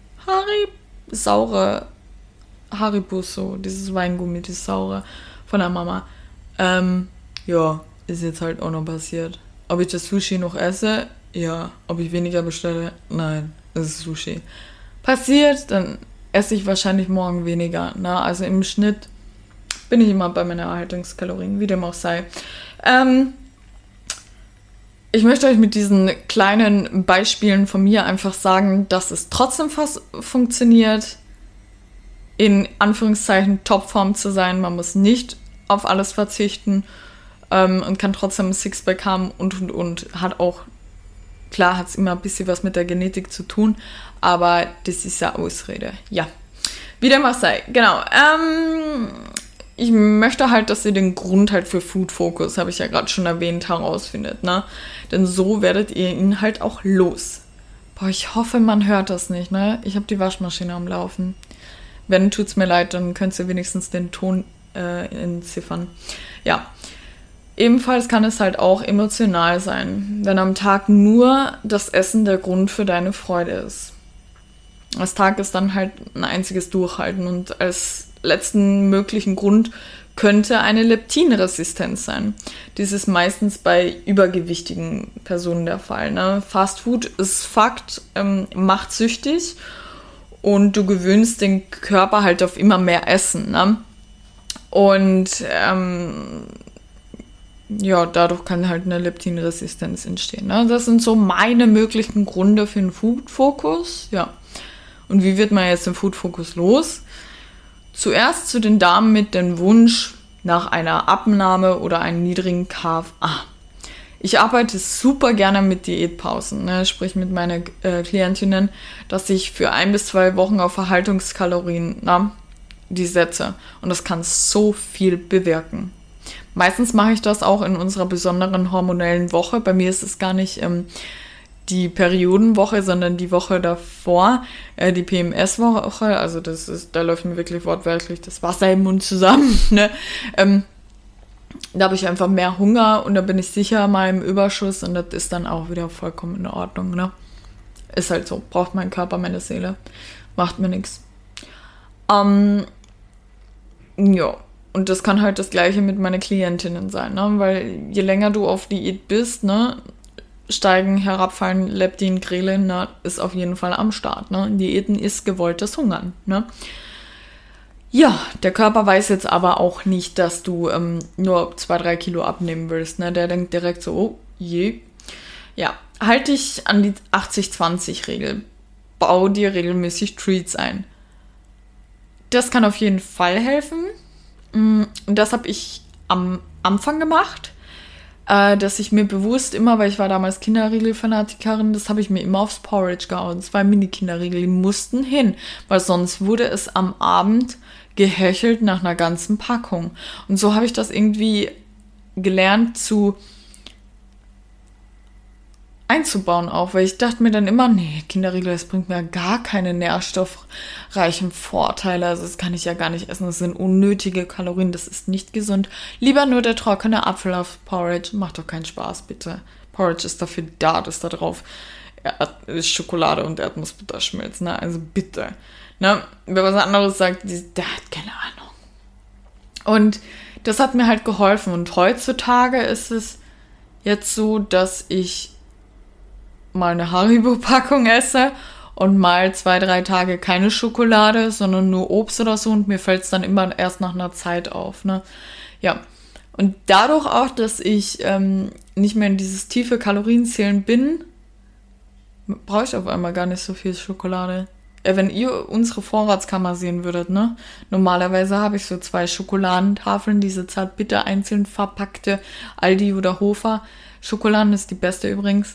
saure Haribus, so dieses Weingummi, dieses saure von der Mama. Ja, ist jetzt halt auch noch passiert. Ob ich das Sushi noch esse? Ja. Ob ich weniger bestelle? Nein, es ist Sushi. Passiert, dann esse ich wahrscheinlich morgen weniger. Ne? Also im Schnitt bin ich immer bei meinen Erhaltungskalorien, wie dem auch sei. Ich möchte euch mit diesen kleinen Beispielen von mir einfach sagen, dass es trotzdem fast funktioniert, in Anführungszeichen Topform zu sein. Man muss nicht auf alles verzichten und kann trotzdem ein Sixpack haben und hat auch, klar hat es immer ein bisschen was mit der Genetik zu tun, aber das ist ja Ausrede. Ja, wie dem auch sei. Genau. Ich möchte halt, dass ihr den Grund halt für Food Focus, habe ich ja gerade schon erwähnt, herausfindet, ne? Denn so werdet ihr ihn halt auch los. Boah, ich hoffe, man hört das nicht, ne? Ich habe die Waschmaschine am Laufen. Wenn, tut's mir leid, dann könnt ihr wenigstens den Ton entziffern. Ja. Ebenfalls kann es halt auch emotional sein, wenn am Tag nur das Essen der Grund für deine Freude ist. Das Tag ist dann halt ein einziges Durchhalten und als letzten möglichen Grund könnte eine Leptinresistenz sein. Dies ist meistens bei übergewichtigen Personen der Fall. Ne? Fast Food ist Fakt, macht süchtig und du gewöhnst den Körper halt auf immer mehr Essen. Ne? Und ja, dadurch kann halt eine Leptinresistenz entstehen. Ne? Das sind so meine möglichen Gründe für einen Food Focus. Ja. Und wie wird man jetzt den Food Focus los? Zuerst zu den Damen mit dem Wunsch nach einer Abnahme oder einem niedrigen KFA. Ich arbeite super gerne mit Diätpausen, ne? Sprich mit meinen Klientinnen, dass ich für 1 bis 2 Wochen auf Erhaltungskalorien, die setze. Und das kann so viel bewirken. Meistens mache ich das auch in unserer besonderen hormonellen Woche. Bei mir ist es gar nicht die Periodenwoche, sondern die Woche davor, die PMS-Woche. Also da läuft mir wirklich wortwörtlich das Wasser im Mund zusammen. Ne? Da habe ich einfach mehr Hunger und da bin ich sicher mal im Überschuss und das ist dann auch wieder vollkommen in Ordnung. Ne? Ist halt so, braucht mein Körper, meine Seele. Macht mir nichts. Ja, und das kann halt das Gleiche mit meinen Klientinnen sein, ne? Weil je länger du auf Diät bist, ne, steigen, herabfallen, Leptin, Grelin, ne, ist auf jeden Fall am Start, ne? Diäten ist gewolltes Hungern, ne? Ja, der Körper weiß jetzt aber auch nicht, dass du nur 2-3 Kilo abnehmen willst, ne? Der denkt direkt so, oh je. Ja, halt dich an die 80-20-Regel. Bau dir regelmäßig Treats ein. Das kann auf jeden Fall helfen. Und das habe ich am Anfang gemacht, dass ich mir bewusst immer, weil ich war damals Kinderriegel-Fanatikerin, das habe ich mir immer aufs Porridge gehauen. 2 Mini-Kinderriegel, die mussten hin, weil sonst wurde es am Abend gehechelt nach einer ganzen Packung. Und so habe ich das irgendwie gelernt einzubauen auch, weil ich dachte mir dann immer, nee, Kinderriegel, das bringt mir gar keine nährstoffreichen Vorteile, also das kann ich ja gar nicht essen, das sind unnötige Kalorien, das ist nicht gesund. Lieber nur der trockene Apfel auf Porridge, macht doch keinen Spaß, bitte. Porridge ist dafür da, dass da drauf Schokolade und Erdnussbutterschmelz, ne, also bitte. Ne? Wer was anderes sagt, der hat keine Ahnung. Und das hat mir halt geholfen und heutzutage ist es jetzt so, dass ich mal eine Haribo-Packung esse und mal 2-3 Tage keine Schokolade, sondern nur Obst oder so und mir fällt es dann immer erst nach einer Zeit auf, ne? Ja, und dadurch auch, dass ich nicht mehr in dieses tiefe Kalorienzählen bin, brauche ich auf einmal gar nicht so viel Schokolade. Wenn ihr unsere Vorratskammer sehen würdet, ne? Normalerweise habe ich so 2 Schokoladentafeln, diese Zartbitter einzeln verpackte Aldi oder Hofer. Schokoladen ist die beste übrigens.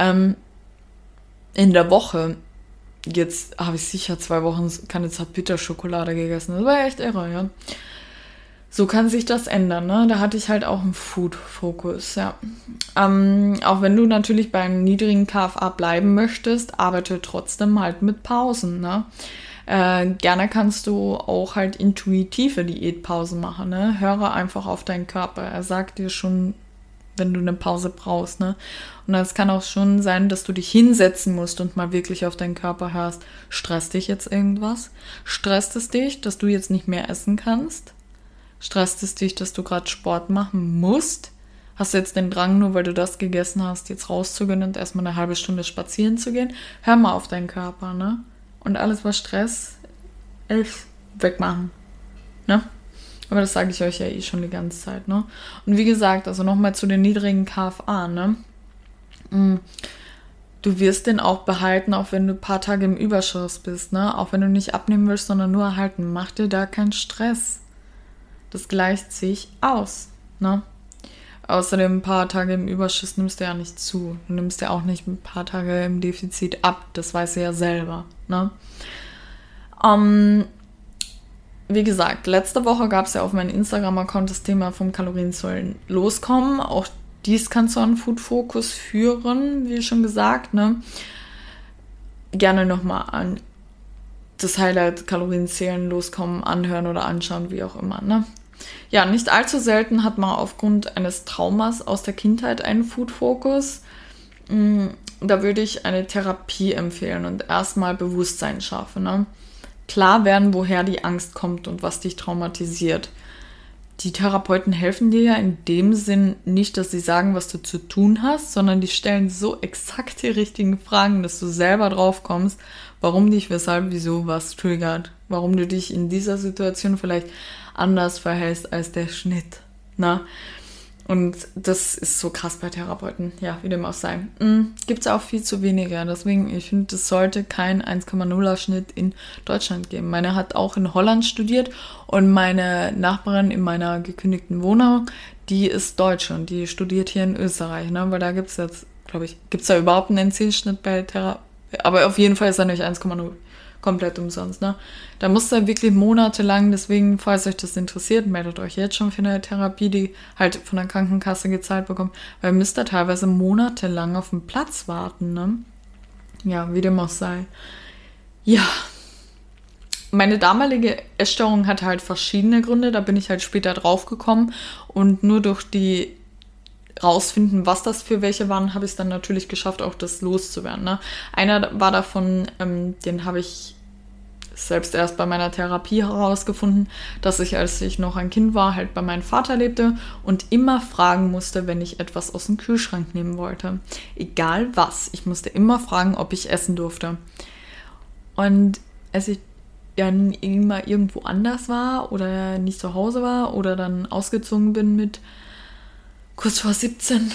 In der Woche, jetzt habe ich sicher 2 Wochen keine Zartbitter-Schokolade gegessen. Das war echt irre, ja. So kann sich das ändern, ne? Da hatte ich halt auch einen Food-Fokus, ja. Auch wenn du natürlich beim niedrigen KFA bleiben möchtest, arbeite trotzdem halt mit Pausen, ne? Gerne kannst du auch halt intuitive Diätpausen machen, ne? Höre einfach auf deinen Körper. Er sagt dir schon, wenn du eine Pause brauchst, ne? Und es kann auch schon sein, dass du dich hinsetzen musst und mal wirklich auf deinen Körper hörst. Stresst dich jetzt irgendwas? Stresst es dich, dass du jetzt nicht mehr essen kannst? Stresst es dich, dass du gerade Sport machen musst? Hast du jetzt den Drang, nur weil du das gegessen hast, jetzt rauszugehen und erstmal eine halbe Stunde spazieren zu gehen? Hör mal auf deinen Körper, ne? Und alles, was Stress ist, wegmachen, ne? Aber das sage ich euch ja eh schon die ganze Zeit, ne? Und wie gesagt, also nochmal zu den niedrigen KFA, ne? Du wirst den auch behalten, auch wenn du ein paar Tage im Überschuss bist, ne? Auch wenn du nicht abnehmen willst, sondern nur erhalten. Mach dir da keinen Stress. Das gleicht sich aus, ne? Außerdem ein paar Tage im Überschuss nimmst du ja nicht zu. Du nimmst ja auch nicht ein paar Tage im Defizit ab. Das weißt du ja selber, ne? Wie gesagt, letzte Woche gab es ja auf meinem Instagram-Account das Thema vom Kalorienzählen loskommen. Auch dies kannst du an Food Focus führen, wie schon gesagt, ne? Gerne nochmal an das Highlight Kalorienzählen loskommen, anhören oder anschauen, wie auch immer, ne? Ja, nicht allzu selten hat man aufgrund eines Traumas aus der Kindheit einen Food Focus. Da würde ich eine Therapie empfehlen und erstmal Bewusstsein schaffen, ne? Klar werden, woher die Angst kommt und was dich traumatisiert. Die Therapeuten helfen dir ja in dem Sinn nicht, dass sie sagen, was du zu tun hast, sondern die stellen so exakt die richtigen Fragen, dass du selber drauf kommst, warum dich, weshalb, wieso, was triggert. Warum du dich in dieser Situation vielleicht anders verhältst als der Schnitt. Na? Und das ist so krass bei Therapeuten. Ja, wie dem auch sei. Gibt es auch viel zu weniger. Deswegen, ich finde, es sollte kein 1,0er Schnitt in Deutschland geben. Meine hat auch in Holland studiert und meine Nachbarin in meiner gekündigten Wohnung, die ist Deutsche und die studiert hier in Österreich. Ne? Weil da gibt es jetzt, glaube ich, gibt es da überhaupt einen NC-Schnitt bei Therapeuten? Aber auf jeden Fall ist er nicht 1,0. Komplett umsonst, ne? Da musst du wirklich monatelang, deswegen, falls euch das interessiert, meldet euch jetzt schon für eine Therapie, die halt von der Krankenkasse gezahlt bekommt, weil ihr müsst da teilweise monatelang auf den Platz warten, ne? Ja, wie dem auch sei. Ja, meine damalige Essstörung hatte halt verschiedene Gründe, da bin ich halt später drauf gekommen und nur durch die rausfinden, was das für welche waren, habe ich es dann natürlich geschafft, auch das loszuwerden. Ne? Einer war davon, den habe ich selbst erst bei meiner Therapie herausgefunden, dass ich, als ich noch ein Kind war, halt bei meinem Vater lebte und immer fragen musste, wenn ich etwas aus dem Kühlschrank nehmen wollte. Egal was. Ich musste immer fragen, ob ich essen durfte. Und als ich dann immer irgendwo anders war oder nicht zu Hause war oder dann ausgezogen bin mit kurz vor 17,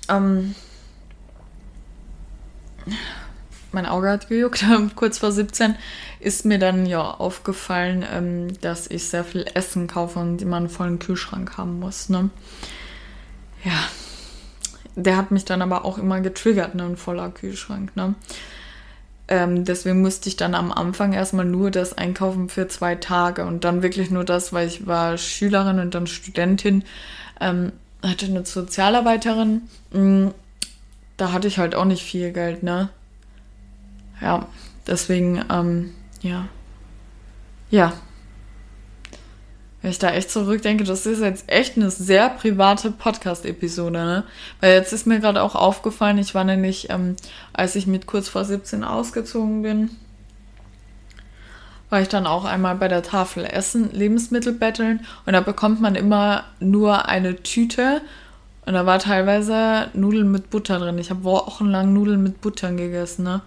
mein Auge hat gejuckt, kurz vor 17 ist mir dann ja aufgefallen, dass ich sehr viel Essen kaufe und immer einen vollen Kühlschrank haben muss, ne? Ja, der hat mich dann aber auch immer getriggert, ne? Ein voller Kühlschrank, ne? Deswegen musste ich dann am Anfang erstmal nur das einkaufen für 2 Tage und dann wirklich nur das, weil ich war Schülerin und dann Studentin, hatte eine Sozialarbeiterin, da hatte ich halt auch nicht viel Geld, ne? Ja, deswegen, ja. Ja. Wenn ich da echt zurückdenke, das ist jetzt echt eine sehr private Podcast-Episode, ne? Weil jetzt ist mir gerade auch aufgefallen, ich war nämlich, als ich mit kurz vor 17 ausgezogen bin, war ich dann auch einmal bei der Tafel Essen, Lebensmittel betteln und da bekommt man immer nur eine Tüte und da war teilweise Nudeln mit Butter drin. Ich habe wochenlang Nudeln mit Butter gegessen, ne?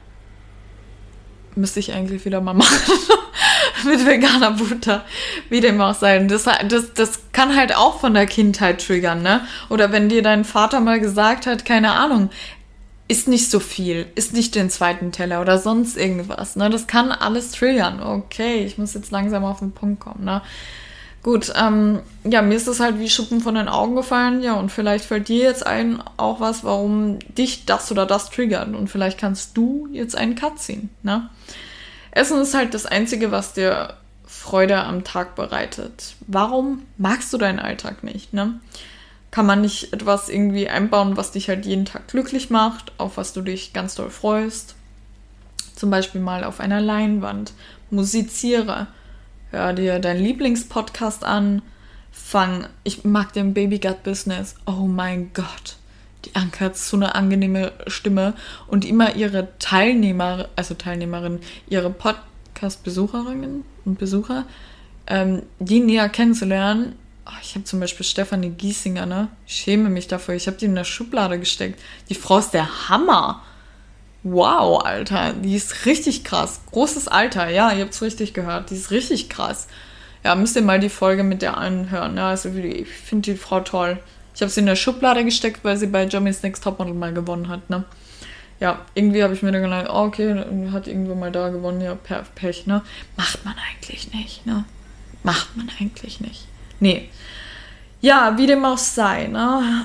Müsste ich eigentlich wieder mal machen. Mit veganer Butter. Wie dem auch sei. Das kann halt auch von der Kindheit triggern, ne? Oder wenn dir dein Vater mal gesagt hat, keine Ahnung, isst nicht so viel, isst nicht den zweiten Teller oder sonst irgendwas, ne? Das kann alles triggern. Okay, ich muss jetzt langsam auf den Punkt kommen, ne? Gut, ja, mir ist es halt wie Schuppen von den Augen gefallen, ja, und vielleicht fällt dir jetzt ein auch was, warum dich das oder das triggert und vielleicht kannst du jetzt einen Cut ziehen, ne? Essen ist halt das Einzige, was dir Freude am Tag bereitet. Warum magst du deinen Alltag nicht, ne? Kann man nicht etwas irgendwie einbauen, was dich halt jeden Tag glücklich macht, auf was du dich ganz doll freust? Zum Beispiel mal auf einer Leinwand. Musiziere. Hör dir deinen Lieblingspodcast an. Ich mag den Baby Gut Business. Oh mein Gott. Die Anke hat so eine angenehme Stimme und immer ihre Teilnehmerin, ihre Podcast-Besucherinnen und Besucher, die näher kennenzulernen. Oh, ich habe zum Beispiel Stefanie Giesinger, ne? Ich schäme mich dafür. Ich habe die in der Schublade gesteckt. Die Frau ist der Hammer. Wow, Alter. Die ist richtig krass. Großes Alter. Ja, ihr habt es richtig gehört. Die ist richtig krass. Ja, müsst ihr mal die Folge mit der anhören. Ja, also ich finde die Frau toll. Ich habe sie in der Schublade gesteckt, weil sie bei Germany's Next Topmodel mal gewonnen hat, ne? Ja, irgendwie habe ich mir dann gedacht, oh, okay, hat irgendwo mal da gewonnen, ja, Pech, ne? Macht man eigentlich nicht, ne? Macht man eigentlich nicht. Nee. Ja, wie dem auch sei, ne?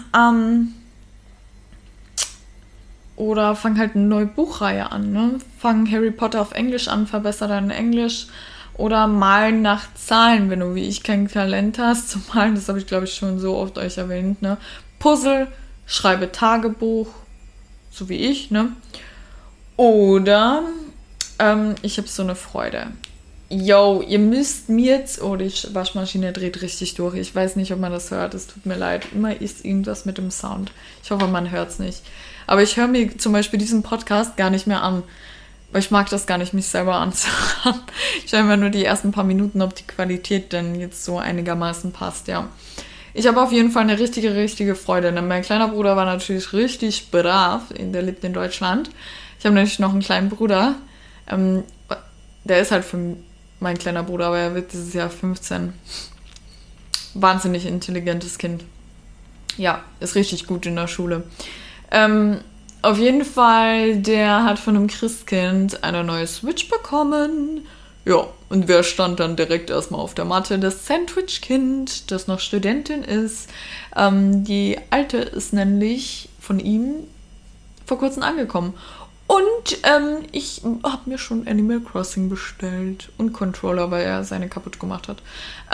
Oder fang halt eine neue Buchreihe an, ne? Fang Harry Potter auf Englisch an, verbessere dein Englisch. Oder malen nach Zahlen, wenn du wie ich kein Talent hast zu malen. Das habe ich, glaube ich, schon so oft euch erwähnt, ne? Puzzle, schreibe Tagebuch, so wie ich, ne? Oder ich habe so eine Freude. Yo, ihr müsst mir jetzt... Oh, die Waschmaschine dreht richtig durch. Ich weiß nicht, ob man das hört. Es tut mir leid. Immer ist irgendwas mit dem Sound. Ich hoffe, man hört es nicht. Aber ich höre mir zum Beispiel diesen Podcast gar nicht mehr an. Weil ich mag das gar nicht, mich selber anzuhören. Ich höre immer nur die ersten paar Minuten, ob die Qualität denn jetzt so einigermaßen passt, ja. Ich habe auf jeden Fall eine richtige Freude. Ne? Mein kleiner Bruder war natürlich richtig brav. Der lebt in Deutschland. Ich habe nämlich noch einen kleinen Bruder. Der ist halt für mein kleiner Bruder, aber er wird dieses Jahr 15. Wahnsinnig intelligentes Kind. Ja, ist richtig gut in der Schule. Auf jeden Fall, der hat von einem Christkind eine neue Switch bekommen. Ja, und wer stand dann direkt erstmal auf der Matte? Das Sandwich-Kind, das noch Studentin ist. Die alte ist nämlich von ihm vor kurzem angekommen. Und ich habe mir schon Animal Crossing bestellt und Controller, weil er seine kaputt gemacht hat.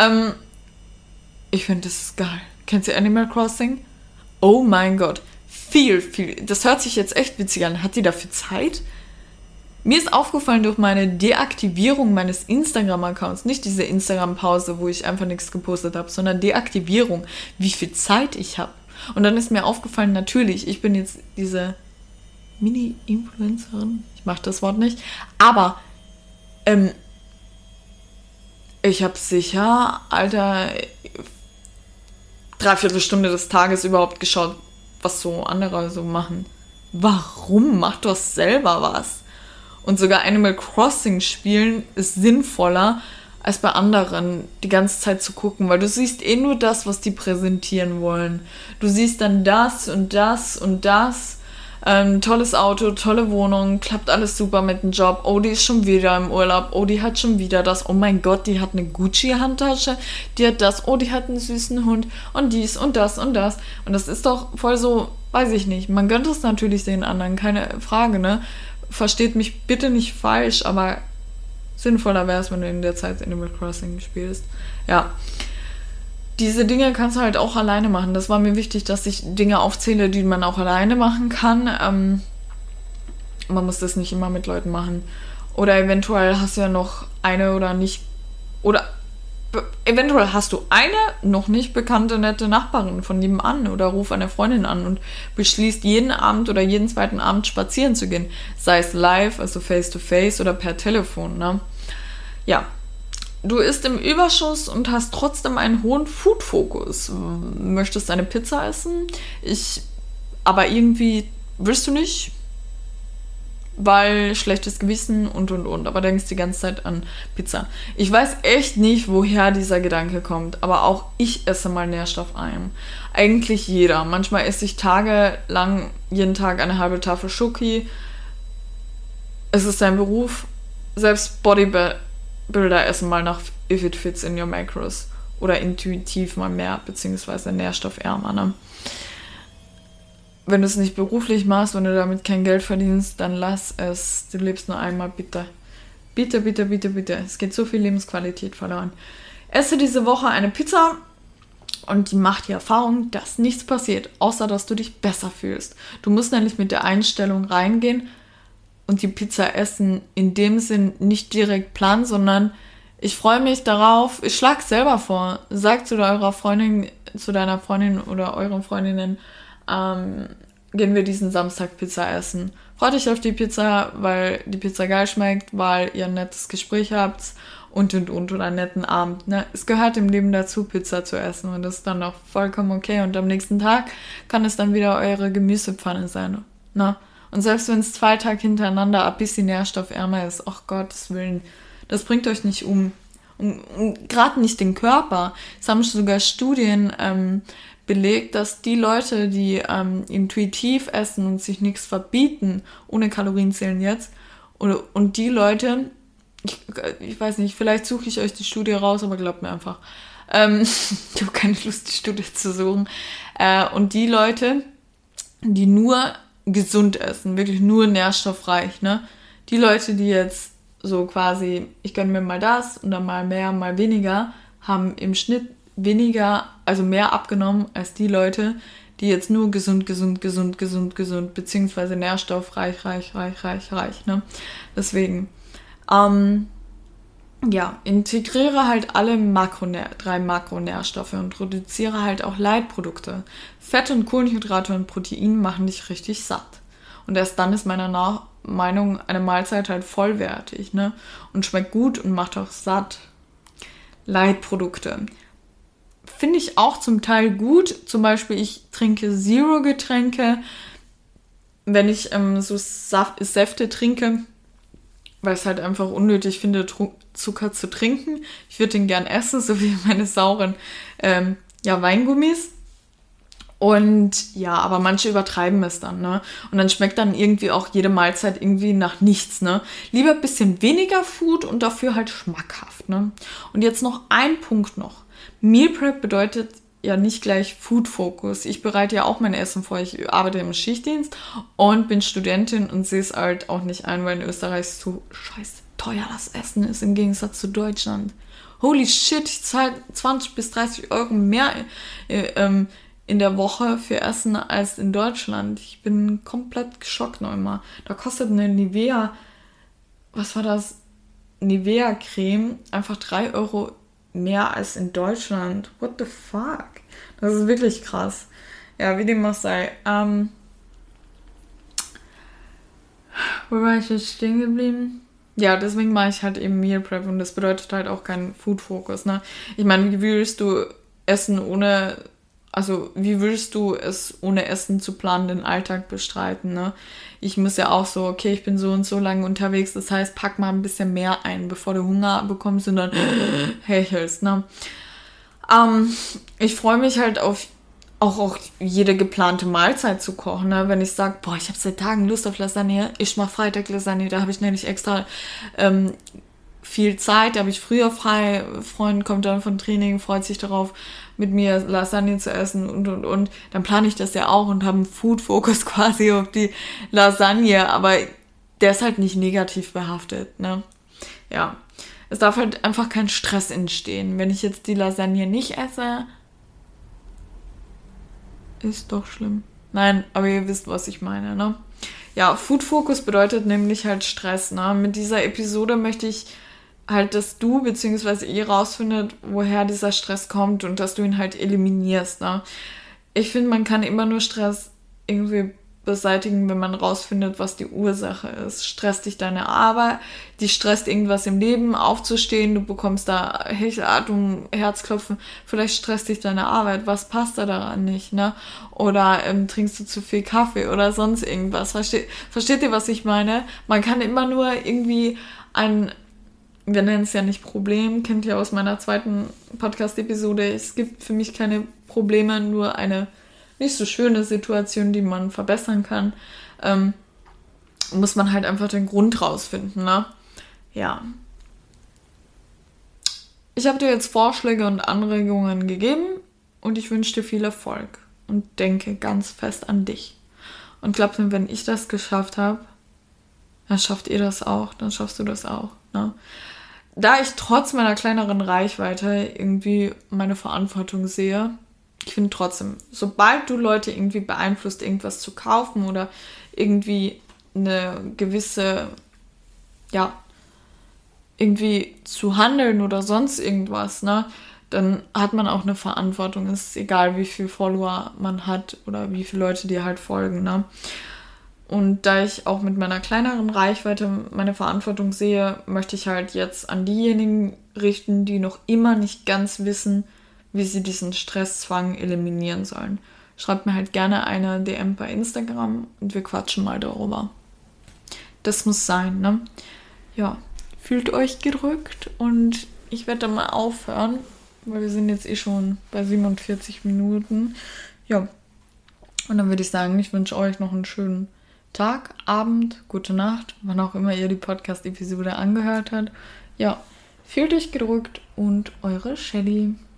Ich finde, das ist geil. Kennt ihr Animal Crossing? Oh mein Gott. Viel. Das hört sich jetzt echt witzig an. Hat die dafür Zeit? Mir ist aufgefallen durch meine Deaktivierung meines Instagram-Accounts, nicht diese Instagram-Pause, wo ich einfach nichts gepostet habe, sondern Deaktivierung, wie viel Zeit ich habe. Und dann ist mir aufgefallen, natürlich, ich bin jetzt diese Mini-Influencerin, ich mache das Wort nicht, aber ich habe sicher, Alter, 3/4 Stunde des Tages überhaupt geschaut, was so andere so machen. Warum? Mach doch selber was. Und sogar Animal Crossing spielen ist sinnvoller, als bei anderen die ganze Zeit zu gucken, weil du siehst eh nur das, was die präsentieren wollen. Du siehst dann das und das und das. Tolles Auto, tolle Wohnung, klappt alles super mit dem Job. Oh, die ist schon wieder im Urlaub. Oh, die hat schon wieder das. Oh mein Gott, die hat eine Gucci-Handtasche. Die hat das. Oh, die hat einen süßen Hund. Und dies und das und das. Und das ist doch voll so, weiß ich nicht. Man gönnt es natürlich den anderen, keine Frage, ne? Versteht mich bitte nicht falsch, aber sinnvoller wäre es, wenn du in der Zeit Animal Crossing spielst. Ja. Diese Dinge kannst du halt auch alleine machen. Das war mir wichtig, dass ich Dinge aufzähle, die man auch alleine machen kann. Man muss das nicht immer mit Leuten machen. Oder eventuell hast du ja noch eine oder nicht... Oder eventuell hast du eine noch nicht bekannte, nette Nachbarin von nebenan oder ruf eine Freundin an und beschließt jeden Abend oder jeden zweiten Abend spazieren zu gehen. Sei es live, also face-to-face oder per Telefon, ne? Ja. Du isst im Überschuss und hast trotzdem einen hohen Food-Fokus. Möchtest eine Pizza essen? Aber irgendwie willst du nicht, weil schlechtes Gewissen und. Aber denkst die ganze Zeit an Pizza. Ich weiß echt nicht, woher dieser Gedanke kommt, aber auch ich esse mal nährstoffarm. Eigentlich jeder. Manchmal esse ich tagelang jeden Tag eine halbe Tafel Schoki. Es ist ein Beruf. Selbst Bodybuilder essen mal nach If It Fits in Your Macros. Oder intuitiv mal mehr, beziehungsweise nährstoffärmer, ne? Wenn du es nicht beruflich machst, wenn du damit kein Geld verdienst, dann lass es. Du lebst nur einmal, bitte. Bitte, bitte, bitte, bitte. Es geht so viel Lebensqualität verloren. Esse diese Woche eine Pizza und die macht die Erfahrung, dass nichts passiert, außer dass du dich besser fühlst. Du musst nämlich mit der Einstellung reingehen und die Pizza essen, in dem Sinn nicht direkt planen, sondern ich freue mich darauf, ich schlage selber vor, sag zu deiner Freundin oder euren Freundinnen, gehen wir diesen Samstag Pizza essen. Freut euch auf die Pizza, weil die Pizza geil schmeckt, weil ihr ein nettes Gespräch habt und oder einen netten Abend. Ne? Es gehört im Leben dazu, Pizza zu essen und das ist dann auch vollkommen okay. Und am nächsten Tag kann es dann wieder eure Gemüsepfanne sein. Ne? Und selbst wenn es 2 Tage hintereinander ein bisschen nährstoffärmer ist, ach Gottes Willen, das bringt euch nicht um. Und gerade nicht den Körper. Es haben sogar Studien belegt, dass die Leute, die intuitiv essen und sich nichts verbieten, ohne Kalorien zählen jetzt, und die Leute, ich weiß nicht, vielleicht suche ich euch die Studie raus, aber glaubt mir einfach. Ich habe keine Lust, die Studie zu suchen. Und die Leute, die nur gesund essen, wirklich nur nährstoffreich, ne? Die Leute, die jetzt so quasi, ich gönne mir mal das und dann mal mehr, mal weniger, haben im Schnitt weniger, also mehr abgenommen als die Leute, die jetzt nur gesund, beziehungsweise nährstoffreich, reich, ne? Deswegen, integriere halt alle 3 Makronährstoffe und reduziere halt auch Leitprodukte. Fette und Kohlenhydrate und Protein machen dich richtig satt. Und erst dann ist meiner Meinung eine Mahlzeit halt vollwertig, ne? Und schmeckt gut und macht auch satt. Leitprodukte finde ich auch zum Teil gut. Zum Beispiel, ich trinke Zero-Getränke. Wenn ich so Säfte trinke, weil ich es halt einfach unnötig finde, Zucker zu trinken. Ich würde den gern essen, so wie meine sauren Weingummis. Und ja, aber manche übertreiben es dann, ne? Und dann schmeckt dann irgendwie auch jede Mahlzeit irgendwie nach nichts, ne? Lieber ein bisschen weniger Food und dafür halt schmackhaft, ne? Und jetzt noch ein Punkt noch. Meal Prep bedeutet ja nicht gleich Food Focus. Ich bereite ja auch mein Essen vor. Ich arbeite im Schichtdienst und bin Studentin und sehe es halt auch nicht ein, weil in Österreich so scheiße teuer das Essen ist im Gegensatz zu Deutschland. Holy shit, ich zahle 20 bis 30 Euro mehr in der Woche für Essen als in Deutschland. Ich bin komplett geschockt noch immer. Da kostet eine Nivea, was war das? Nivea-Creme einfach 3 Euro mehr als in Deutschland. What the fuck? Das ist wirklich krass. Ja, wie dem auch sei. Wo war ich jetzt stehen geblieben? Ja, deswegen mache ich halt eben Meal Prep und das bedeutet halt auch kein Food Focus, ne? Ich meine, wie willst du Essen ohne, also wie willst du es ohne Essen zu planen den Alltag bestreiten, ne? Ich muss ja auch so, okay, ich bin so und so lange unterwegs, das heißt, pack mal ein bisschen mehr ein, bevor du Hunger bekommst und dann hechelst, ne? Ich freue mich halt auch jede geplante Mahlzeit zu kochen. Ne? Wenn ich sage, boah, ich habe seit Tagen Lust auf Lasagne, ich mache Freitag Lasagne, da habe ich nämlich extra viel Zeit, da habe ich früher frei. Freund kommt dann von Training, freut sich darauf, mit mir Lasagne zu essen und. Dann plane ich das ja auch und habe einen Food-Fokus quasi auf die Lasagne, aber der ist halt nicht negativ behaftet, ne? Ja. Es darf halt einfach kein Stress entstehen. Wenn ich jetzt die Lasagne nicht esse, ist doch schlimm. Nein, aber ihr wisst, was ich meine, ne? Ja, Food Focus bedeutet nämlich halt Stress, ne? Mit dieser Episode möchte ich halt, dass du bzw. ihr rausfindet, woher dieser Stress kommt und dass du ihn halt eliminierst, ne? Ich finde, man kann immer nur Stress irgendwie beseitigen, wenn man rausfindet, was die Ursache ist. Stresst dich deine Arbeit, dich stresst irgendwas im Leben, aufzustehen, du bekommst da Hechelatmung, Herzklopfen, vielleicht stresst dich deine Arbeit, was passt da daran nicht, ne? Oder trinkst du zu viel Kaffee oder sonst irgendwas. Versteht ihr, was ich meine? Man kann immer nur irgendwie wir nennen es ja nicht Problem, kennt ihr aus meiner zweiten Podcast-Episode, es gibt für mich keine Probleme, nur eine nicht so schöne Situation, die man verbessern kann, muss man halt einfach den Grund rausfinden, ne? Ja. Ich habe dir jetzt Vorschläge und Anregungen gegeben und ich wünsche dir viel Erfolg und denke ganz fest an dich. Und glaub mir, wenn ich das geschafft habe, dann schafft ihr das auch, dann schaffst du das auch, ne? Da ich trotz meiner kleineren Reichweite irgendwie meine Verantwortung sehe, ich finde trotzdem, sobald du Leute irgendwie beeinflusst, irgendwas zu kaufen oder irgendwie eine gewisse, ja, irgendwie zu handeln oder sonst irgendwas, ne, dann hat man auch eine Verantwortung. Es ist egal, wie viel Follower man hat oder wie viele Leute dir halt folgen, ne. Und da ich auch mit meiner kleineren Reichweite meine Verantwortung sehe, möchte ich halt jetzt an diejenigen richten, die noch immer nicht ganz wissen, wie sie diesen Stresszwang eliminieren sollen. Schreibt mir halt gerne eine DM bei Instagram und wir quatschen mal darüber. Das muss sein, ne? Ja, fühlt euch gedrückt und ich werde dann mal aufhören, weil wir sind jetzt eh schon bei 47 Minuten. Ja, und dann würde ich sagen, ich wünsche euch noch einen schönen Tag, Abend, gute Nacht, wann auch immer ihr die Podcast-Episode angehört habt. Ja, fühlt euch gedrückt und eure Shelly.